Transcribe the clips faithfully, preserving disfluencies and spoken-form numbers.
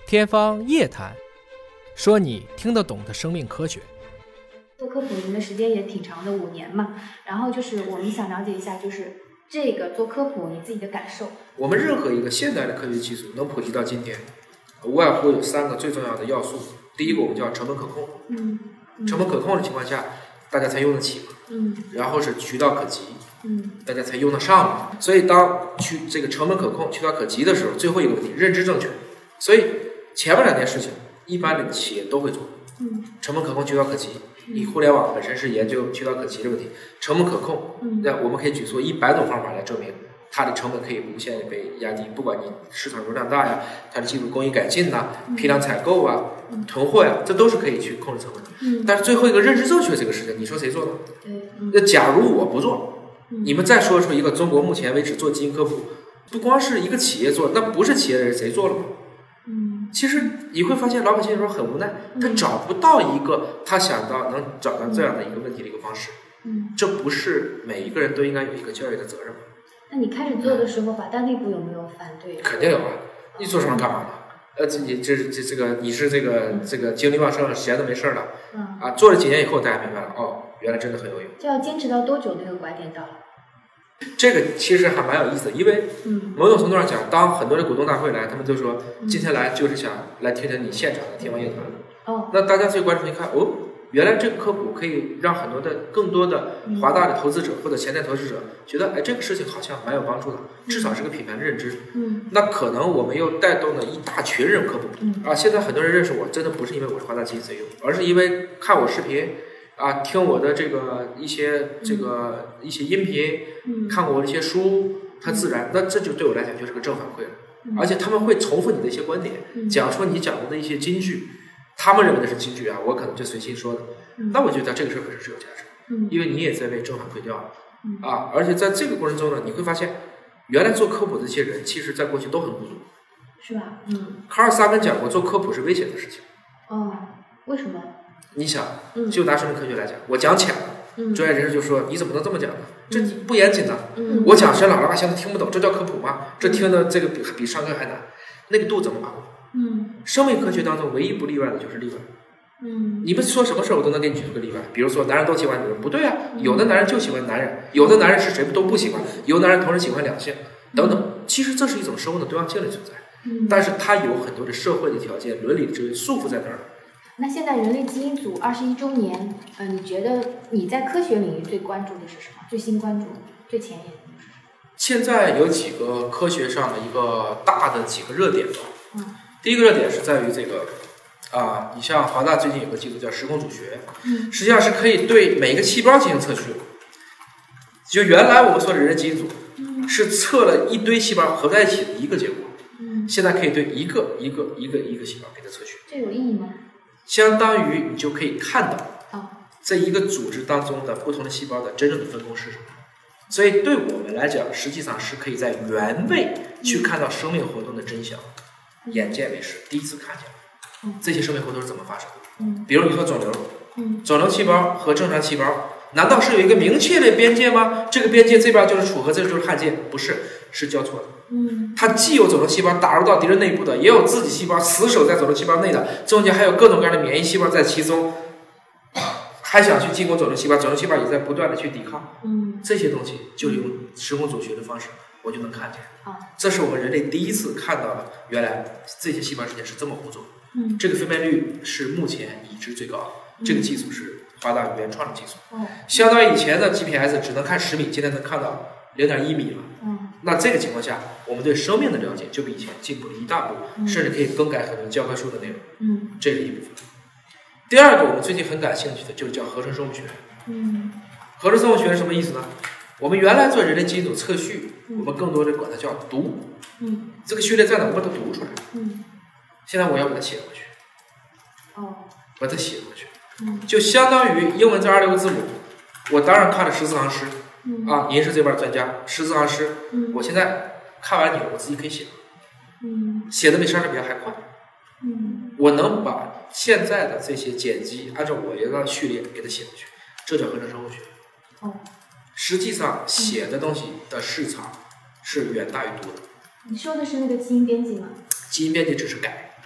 天方夜谭，说你听得懂的生命科学。 做科普您的时间也挺长的，五年嘛。然后就是我们想了解一下，就是这个做科普你自己的感受。 我们任何一个现代的科学技术能普及到今天，无外乎有三个最重要的要素。第一个我们叫成本可控， 嗯，嗯成本可控的情况下，大家才用得起嘛。 嗯， 然后是渠道可及， 嗯， 大家才用得上嘛。所以当去这个成本可控、渠道可及的时候，最后一个问题，认知正确。所以前面两件事情，一般的企业都会做。 嗯， 成本可控、渠道可及。你互联网本身是研究渠道可及的问题，成本可控， 嗯， 那我们可以举出一百种方法来证明它的成本可以无限的被压低。不管你市场容量大呀，它的技术工艺改进呐、 嗯、 批量采购啊、 嗯、 囤货呀，这都是可以去控制成本的。 嗯， 但是最后一个认知正确这个事情，你说谁做的？ 对，嗯， 那假如我不做， 嗯， 你们再说出一个中国目前为止做基因科普，不光是一个企业做，那不是企业的人谁做了吗？ 嗯， 其实你会发现老百姓有时候很无奈，他找不到一个他想到能找到这样的一个问题的一个方式。 嗯， 这不是每一个人都应该有一个教育的责任吗？ 那你开始做的时候，法大内部有没有反对？ 肯定有啊！你做什么干嘛呢？呃，这你这这这个你是这个这个精力旺盛，闲的没事了。 嗯。 啊，做了几年以后，大家明白了，哦，原来真的很有用。 就要坚持到多久那个拐点到了？ 这个其实还蛮有意思的，因为某种程度上讲，当很多的股东大会来，他们就说、嗯、今天来就是想来听听你现场的天方夜谭。 哦。 那大家最关注一看，哦，原来这个科普可以让很多的更多的华大的投资者或者潜在投资者觉得，哎，这个事情好像蛮有帮助的，至少是个品牌的认知。 嗯。 那可能我们又带动了一大群人科普。 嗯。 啊，现在很多人认识我，真的不是因为我是华大基因 C E O， 而是因为看我视频。啊，听我的这个一些这个、嗯、一些音频、嗯，看过我的一些书，它自然，那这就对我来讲就是个正反馈了、嗯。而且他们会重复你的一些观点，嗯、讲出你讲过的一些金句，他们认为的是金句啊，我可能就随心说的。嗯、那我觉得这个事儿本身是有价值，嗯，因为你也在为正反馈掉，嗯啊，而且在这个过程中呢，你会发现，原来做科普的这些人，其实在过去都很孤独， 是吧？嗯。 卡尔萨根讲过，做科普是危险的事情。 哦，为什么？ 你想，就拿生命科学来讲，我讲浅了，嗯、专业人士就说你怎么能这么讲呢？这不严谨呢、嗯。我讲深了，老百姓听不懂，这叫科普吗？这听的这个比比上课还难，那个度怎么把握？ 嗯， 生命科学当中唯一不例外的就是例外。 嗯， 你们说什么事我都能给你举出个例外，比如说男人都喜欢女人，不对啊，有的男人就喜欢男人，有的男人是谁都不喜欢，有的男人同时喜欢两性，等等。其实这是一种生物的多样性的存在， 嗯，但是它有很多的社会的条件、伦理的制约束缚在那儿。 那现在人类基因组二十一周年，呃，你觉得你在科学领域最关注的是什么？最新关注、最前沿的是什么？ 现在有几个科学上的一个大的几个热点吧。 嗯。 第一个热点是在于这个，啊，你像华大最近有个技术叫时空组学， 嗯， 实际上是可以对每个细胞进行测序。就原来我们说的人类基因组，嗯，是测了一堆细胞合在一起的一个结果， 嗯， 现在可以对一个一个一个一个细胞给它测序。 这有意义吗？ 相当于你就可以看到这一个组织当中的不同的细胞的真正的分工是什么，所以对我们来讲，实际上是可以在原位去看到生命活动的真相，嗯、眼见为实，第一次看见了这些生命活动是怎么发生的。 嗯， 比如你说肿瘤， 嗯， 肿瘤细胞和正常细胞，难道是有一个明确的边界吗？这个边界这边就是楚河，这就是汉界？不是，是交错的。 嗯， 它既有肿瘤细胞打入到敌人内部的，也有自己细胞死守在肿瘤细胞内的，中间还有各种各样的免疫细胞在其中，还想去进攻肿瘤细胞，肿瘤细胞也在不断的去抵抗。 嗯， 这些东西就用时空组学的方式，我就能看见。 啊， 这是我们人类第一次看到了，原来这些细胞之间是这么互动。 嗯， 这个分辨率是目前已知最高的，嗯、这个技术是华大原创的技术。 哦， 相当于以前的 G P S 只能看十米，今天能看到零点一米了。 嗯。 那这个情况下，我们对生命的了解就比以前进步了一大步， 嗯、 甚至可以更改很多教科书的内容。 嗯， 这是一部分。第二个，我们最近很感兴趣的就是叫合成生物学。 嗯， 合成生物学是什么意思呢？我们原来做人类基因组测序， 嗯、 我们更多的管它叫读。 嗯， 这个序列在哪？我把它读出来。 嗯， 现在我要把它写过去。 哦， 把它写过去。 嗯， 就相当于英文这二十六个字母，我当然看了十四行诗。 嗯啊，您是这边专家，十四行诗， 嗯， 我现在看完你了，我自己可以写， 嗯， 写的比莎士比亚还快， 嗯， 我能把现在的这些剪辑按照我原来的序列给它写过去，这叫合成生物学。 哦， 实际上写的东西的市场是远大于读的。 你说的是那个基因编辑吗？ 基因编辑只是改，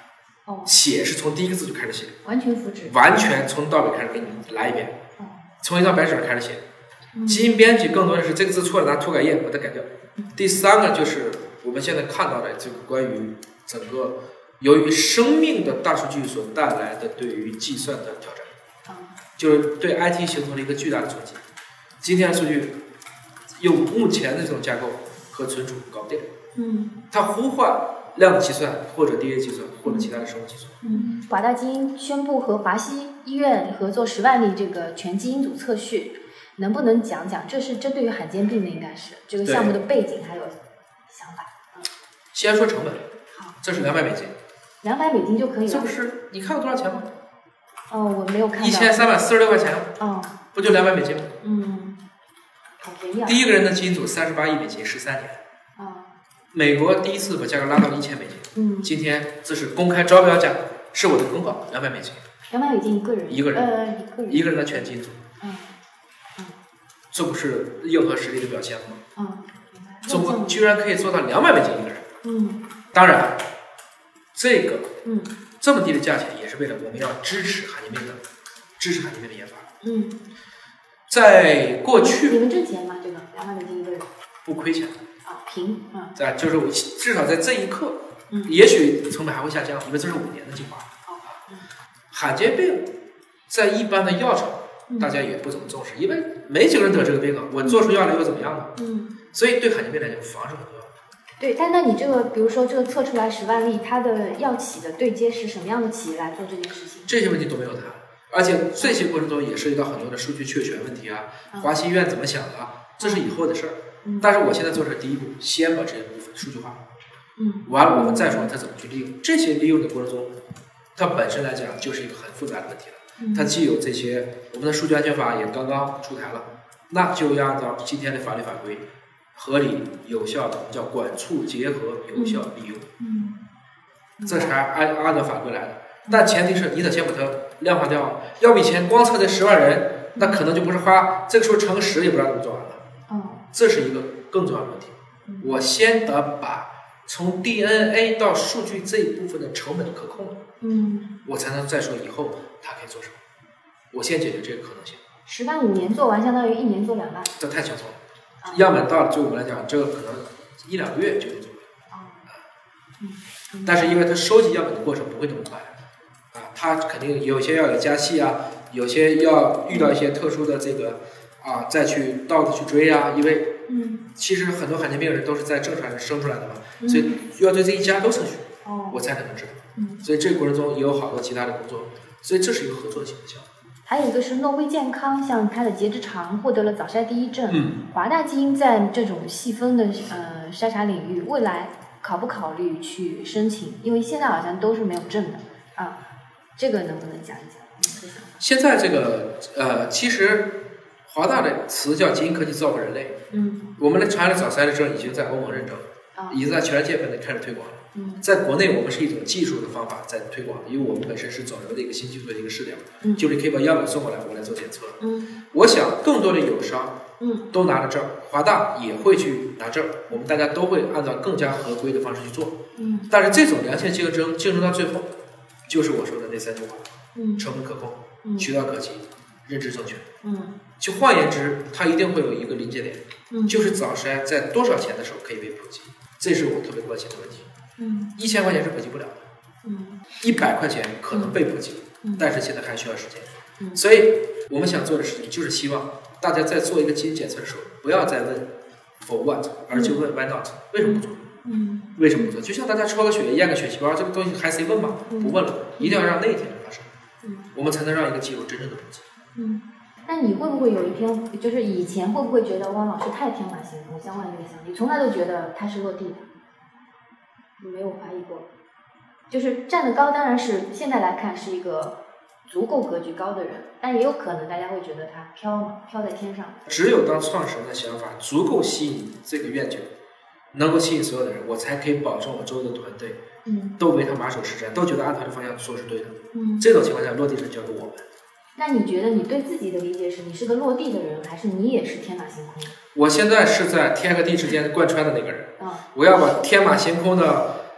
哦， 写是从第一个字就开始写， 完全复制， 完全从到尾开始给你来一遍， 哦， 从一张白纸上开始写。 嗯、 基因编辑更多的是这个字错了，拿涂改液把它改掉。第三个就是我们现在看到的这个关于整个由于生命的大数据所带来的对于计算的挑战， 嗯、 就是对 I T 形成了一个巨大的冲击。今天的数据用目前的这种架构和存储搞不定， 嗯， 它呼唤量子计算或者 D N A 计算或者其他的生物计算。 嗯，华大基因宣布和华西医院合作十万例这个全基因组测序。能不能讲讲，这是针对于罕见病的，应该是这个项目的背景还有想法？嗯， 先说成本， 好， 这是两百美金， 两百美金就可以了。 这不是你看过多少钱吗？ 哦，我没有看到。 一千三百四十六块钱。 哦， 不就两百美金吗？ 嗯，好便宜啊。 第一个人的基因组三十八亿美金，十三年。 啊， 美国第一次把价格拉到一千美金。 嗯， 今天这是公开招标价，是我的公告，两百美金。 两百美金一个人。 一个人。 呃，一个人。 一个人的全基因组。 嗯。 这不是硬核实力的表现吗？ 嗯， 中国居然可以做到两百美金一个人。 嗯， 当然，这个嗯这么低的价钱也是为了我们要支持罕见病的，支持罕见病的研发。 嗯， 在过去你们挣钱吗？这个两百美金一个人？ 不亏钱。 啊，平啊。 在就是我至少在这一刻， 嗯， 也许成本还会下降，因为这是五年的计划。 哦，嗯， 罕见病在一般的药厂。大家也不怎么重视，因为没几个人得这个病啊，我做出药来又怎么样呢？ 嗯， 所以对罕见病来讲，防是很重要的。 对，但那你这个，比如说这个测出来十万例，它的药企的对接是什么样的企业来做这件事情？ 这些问题都没有谈，而且这些过程中也涉及到很多的数据确权问题啊，嗯、华西医院怎么想的，这是以后的事儿。 嗯， 但是我现在做的是第一步，先把这些部分数据化。 嗯， 完了我们再说它怎么去利用。这些利用的过程中，它本身来讲就是一个很复杂的问题了。它既有这些，我们的数据安全法也刚刚出台了，那就要按照今天的法律法规，合理有效的叫管促结合有效利用， 嗯，嗯这才按按照法规来的。但前提是你得先把它量化掉，要不以前光测这十万人，那可能就不是花这个时候乘十也不知道怎么做完了。 哦， 这是一个更重要的问题。 嗯、 我先得把从 D N A 到数据这一部分的成本可控， 嗯， 我才能再说以后它可以做什么。我先解决这个可能性。 十万五年做完，相当于一年做两万。 这太轻松了。啊、样本到了，对我们来讲，这个可能一两个月就能做完。 哦。嗯。嗯但是因为它收集样本的过程不会那么快，啊，它肯定有些要有加细啊，有些要遇到一些特殊的这个啊，再去倒着去追啊，因为嗯， 其实很多罕见病人都是在正常人生出来的嘛， 嗯、 所以要对这一家都测序， 哦， 我才能知道。 嗯。 所以这个过程中也有好多其他的工作，所以这是一个合作型的项目。 还有一个是诺威健康，像它的结直肠获得了早筛第一证。 嗯， 华大基因在这种细分的呃筛查领域，未来考不考虑去申请？因为现在好像都是没有证的啊，这个能不能讲一讲？ 现在这个呃，其实华大的词叫基因科技造福人类。 嗯， 我们的长安的早筛的证已经在欧盟认证， 啊， 已经在全世界范围开始推广了。 嗯， 在国内我们是一种技术的方法在推广，因为我们本身是肿瘤的一个新技术的一个试点， 嗯， 就是可以把样本送过来，我来做检测。 嗯， 我想更多的友商， 嗯， 都拿了证，华大也会去拿证，我们大家都会按照更加合规的方式去做。 嗯， 但是这种良性竞争，竞争到最后，就是我说的那三句话： 嗯， 成本可控， 嗯， 渠道可及，认知正确。 嗯， 就换言之，它一定会有一个临界点， 嗯， 就是早筛在多少钱的时候可以被普及，这是我特别关心的问题。 嗯， 一千块钱是普及不了的， 嗯， 一百块钱可能被普及， 嗯， 但是现在还需要时间， 嗯， 所以我们想做的事情就是希望大家在做一个基因检测的时候，不要再问 for what，而就问 why not，、嗯、为什么不做？ 嗯， 为什么不做？就像大家抽个血验个血细胞，这个东西还谁问吗？ 嗯、 不问了，一定要让那一天发生， 嗯， 我们才能让一个技术真正的普及。 嗯，那你会不会有一天，就是以前会不会觉得汪老师太天马行空、相幻月想？你从来都觉得他是落地的？你没有怀疑过？就是站得高，当然是现在来看是一个足够格局高的人，但也有可能大家会觉得他飘嘛，飘在天上。 只有当创始人的想法足够吸引这个愿景，能够吸引所有的人，我才可以保证我周围的团队， 嗯，都为他马首是瞻，都觉得按他的方向做是对的。 嗯， 这种情况下，落地是交给我们。 那你觉得你对自己的理解是你是个落地的人，还是你也是天马行空？ 我现在是在天和地之间贯穿的那个人。 啊， 我要把天马行空的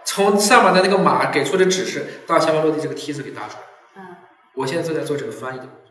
从上面的那个马给出的指示到下面落地这个梯子给搭出来。 嗯， 我现在正在做这个翻译。